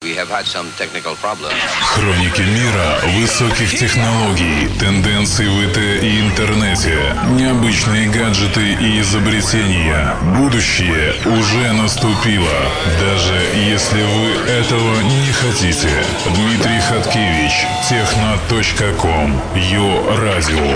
Хроники мира высоких технологий, тенденций в ИТ и интернете, необычные гаджеты и изобретения. Будущее уже наступило, даже если вы этого не хотите. Дмитрий Хаткевич, Техно.ком, Йо-Радио.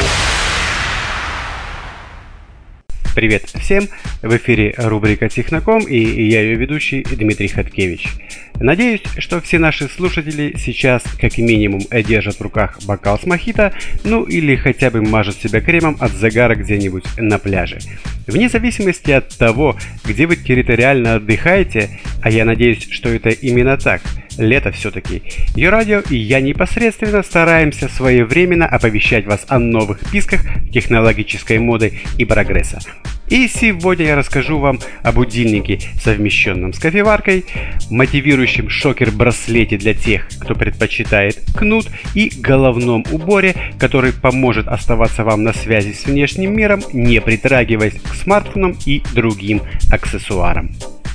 Привет всем! В эфире рубрика Техноком и я ее ведущий Дмитрий Хаткевич. Надеюсь, что все наши слушатели сейчас как минимум держат в руках бокал с мохито, ну или хотя бы мажут себя кремом от загара где-нибудь на пляже. Вне зависимости от того, где вы территориально отдыхаете, а я надеюсь, что это именно так, лето все-таки, Йо-Радио и я непосредственно стараемся своевременно оповещать вас о новых писках технологической моды и прогресса. И сегодня я расскажу вам о будильнике, совмещенном с кофеваркой, мотивирующем шокер-браслете для тех, кто предпочитает кнут, и головном уборе, который поможет оставаться вам на связи с внешним миром, не притрагиваясь к смартфонам и другим аксессуарам.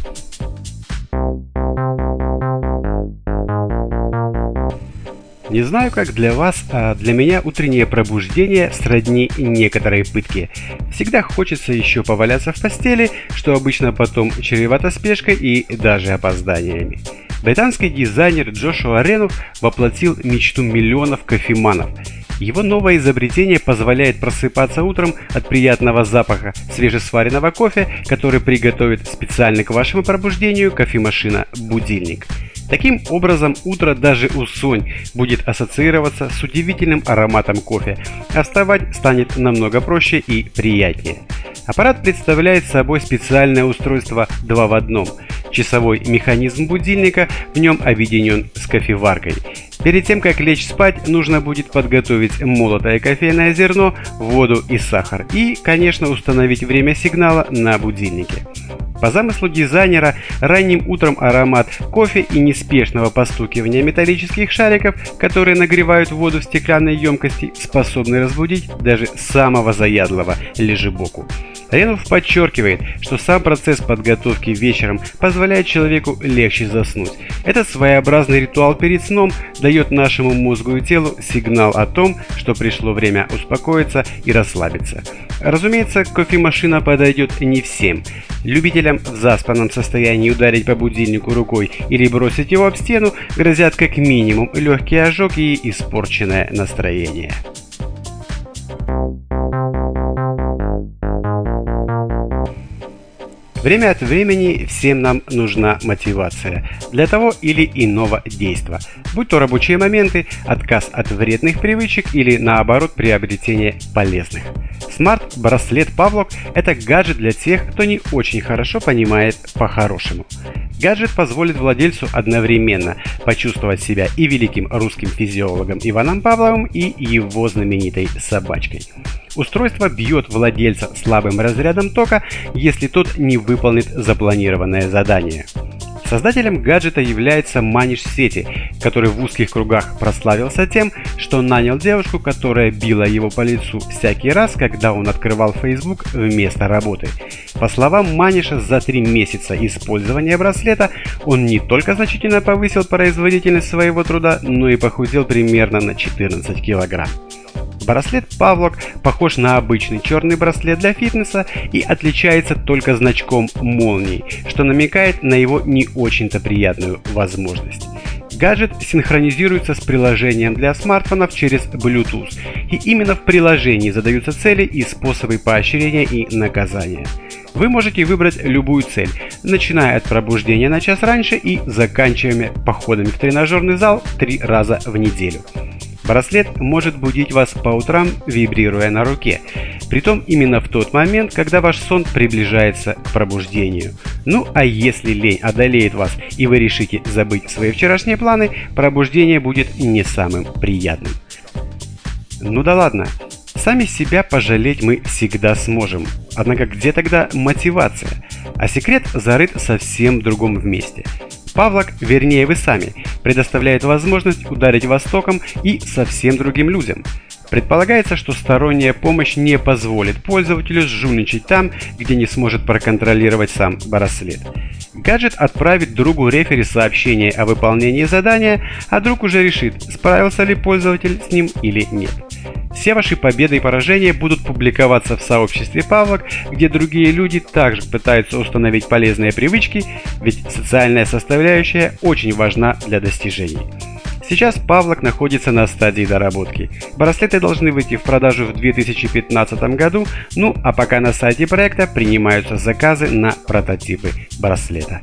Не знаю, как для вас, а для меня утреннее пробуждение сродни некоторой пытке. Всегда хочется еще поваляться в постели, что обычно потом чревато спешкой и даже опозданиями. Британский дизайнер Джошуа Ренуф воплотил мечту миллионов кофеманов. Его новое изобретение позволяет просыпаться утром от приятного запаха свежесваренного кофе, который приготовит специально к вашему пробуждению кофемашина-будильник. Таким образом, утро даже у Сонь будет ассоциироваться с удивительным ароматом кофе, а вставать станет намного проще и приятнее. Аппарат представляет собой специальное устройство 2 в 1. Часовой механизм будильника в нем объединен с кофеваркой. Перед тем, как лечь спать, нужно будет подготовить молотое кофейное зерно, воду и сахар и, конечно, установить время сигнала на будильнике. По замыслу дизайнера, ранним утром аромат кофе и неспешного постукивания металлических шариков, которые нагревают воду в стеклянной емкости, способны разбудить даже самого заядлого лежебоку. Ренуф подчеркивает, что сам процесс подготовки вечером позволяет человеку легче заснуть. Этот своеобразный ритуал перед сном дает нашему мозгу и телу сигнал о том, что пришло время успокоиться и расслабиться. Разумеется, кофемашина подойдет не всем. Любителям в заспанном состоянии ударить по будильнику рукой или бросить его об стену грозят как минимум легкий ожог и испорченное настроение. Время от времени всем нам нужна мотивация для того или иного действия, будь то рабочие моменты, отказ от вредных привычек или наоборот приобретение полезных. Смарт-браслет Pavlok – это гаджет для тех, кто не очень хорошо понимает по-хорошему. Гаджет позволит владельцу одновременно почувствовать себя и великим русским физиологом Иваном Павловым, и его знаменитой собачкой. Устройство бьет владельца слабым разрядом тока, если тот не выполнит запланированное задание. Создателем гаджета является Маниш Сети, который в узких кругах прославился тем, что нанял девушку, которая била его по лицу всякий раз, когда он открывал Facebook вместо работы. По словам Маниша, за 3 месяца использования браслета он не только значительно повысил производительность своего труда, но и похудел примерно на 14 килограмм. Браслет Pavlok похож на обычный черный браслет для фитнеса и отличается только значком молнии, что намекает на его не очень-то приятную возможность. Гаджет синхронизируется с приложением для смартфонов через Bluetooth, и именно в приложении задаются цели и способы поощрения и наказания. Вы можете выбрать любую цель, начиная от пробуждения на час раньше и заканчивая походами в тренажерный зал 3 раза в неделю. Браслет может будить вас по утрам, вибрируя на руке, притом именно в тот момент, когда ваш сон приближается к пробуждению. Ну а если лень одолеет вас и вы решите забыть свои вчерашние планы, пробуждение будет не самым приятным. Ну да ладно, сами себя пожалеть мы всегда сможем, однако где тогда мотивация? А секрет зарыт совсем в другом месте. Pavlok, вернее вы сами, предоставляет возможность ударить вас током и совсем другим людям. Предполагается, что сторонняя помощь не позволит пользователю жульничать там, где не сможет проконтролировать сам браслет. Гаджет отправит другу рефери сообщение о выполнении задания, а друг уже решит, справился ли пользователь с ним или нет. Все ваши победы и поражения будут публиковаться в сообществе Pavlok, где другие люди также пытаются установить полезные привычки, ведь социальная составляющая очень важна для достижений. Сейчас Pavlok находится на стадии доработки. Браслеты должны выйти в продажу в 2015 году, ну а пока на сайте проекта принимаются заказы на прототипы браслета.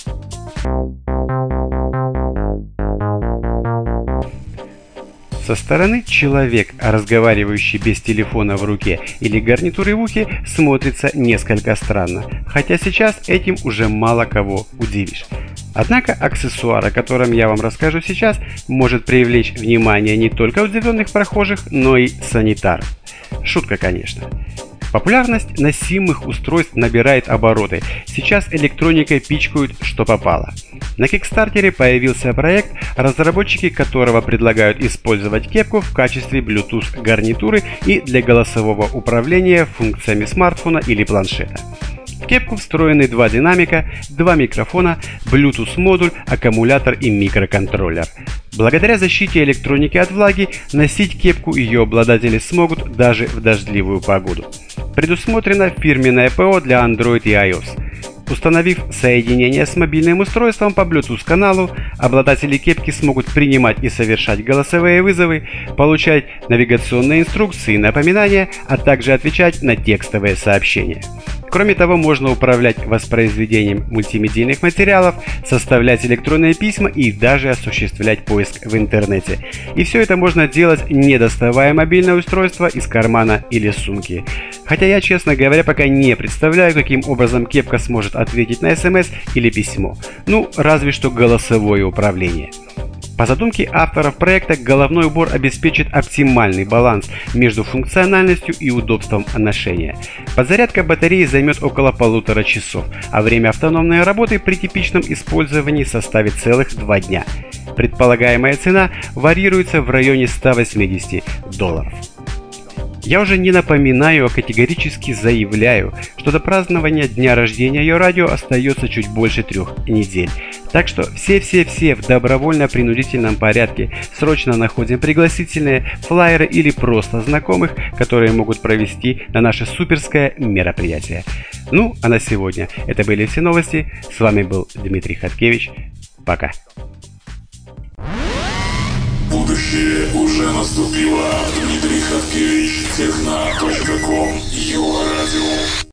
Со стороны человек, разговаривающий без телефона в руке или гарнитуры в ухе, смотрится несколько странно, хотя сейчас этим уже мало кого удивишь. Однако аксессуар, о котором я вам расскажу сейчас, может привлечь внимание не только удивленных прохожих, но и санитаров. Шутка, конечно. Популярность носимых устройств набирает обороты. Сейчас электроникой пичкают, что попало. На Kickstarter появился проект, разработчики которого предлагают использовать кепку в качестве Bluetooth гарнитуры и для голосового управления функциями смартфона или планшета. В кепку встроены два динамика, два микрофона, Bluetooth модуль, аккумулятор и микроконтроллер. Благодаря защите электроники от влаги, носить кепку ее обладатели смогут даже в дождливую погоду. Предусмотрено фирменное ПО для Android и iOS. Установив соединение с мобильным устройством по Bluetooth каналу, обладатели кепки смогут принимать и совершать голосовые вызовы, получать навигационные инструкции и напоминания, а также отвечать на текстовые сообщения. Кроме того, можно управлять воспроизведением мультимедийных материалов, составлять электронные письма и даже осуществлять поиск в интернете. И все это можно делать, не доставая мобильное устройство из кармана или сумки. Хотя я, честно говоря, пока не представляю, каким образом кепка сможет ответить на СМС или письмо. Ну, разве что голосовое управление. По задумке авторов проекта, головной убор обеспечит оптимальный баланс между функциональностью и удобством ношения. Подзарядка батареи займет около 1,5 часов, а время автономной работы при типичном использовании составит целых 2 дня. Предполагаемая цена варьируется в районе $180. Я уже не напоминаю, а категорически заявляю, что до празднования дня рождения Ее Радио остается чуть больше 3 недель. Так что все в добровольно-принудительном порядке срочно находим пригласительные, флаеры или просто знакомых, которые могут провести на наше суперское мероприятие. Ну, а на сегодня это были все новости. С вами был Дмитрий Хаткевич. Пока. Будущее уже наступило. Дмитрий Хаткевич, Техно.ком, Его Радио.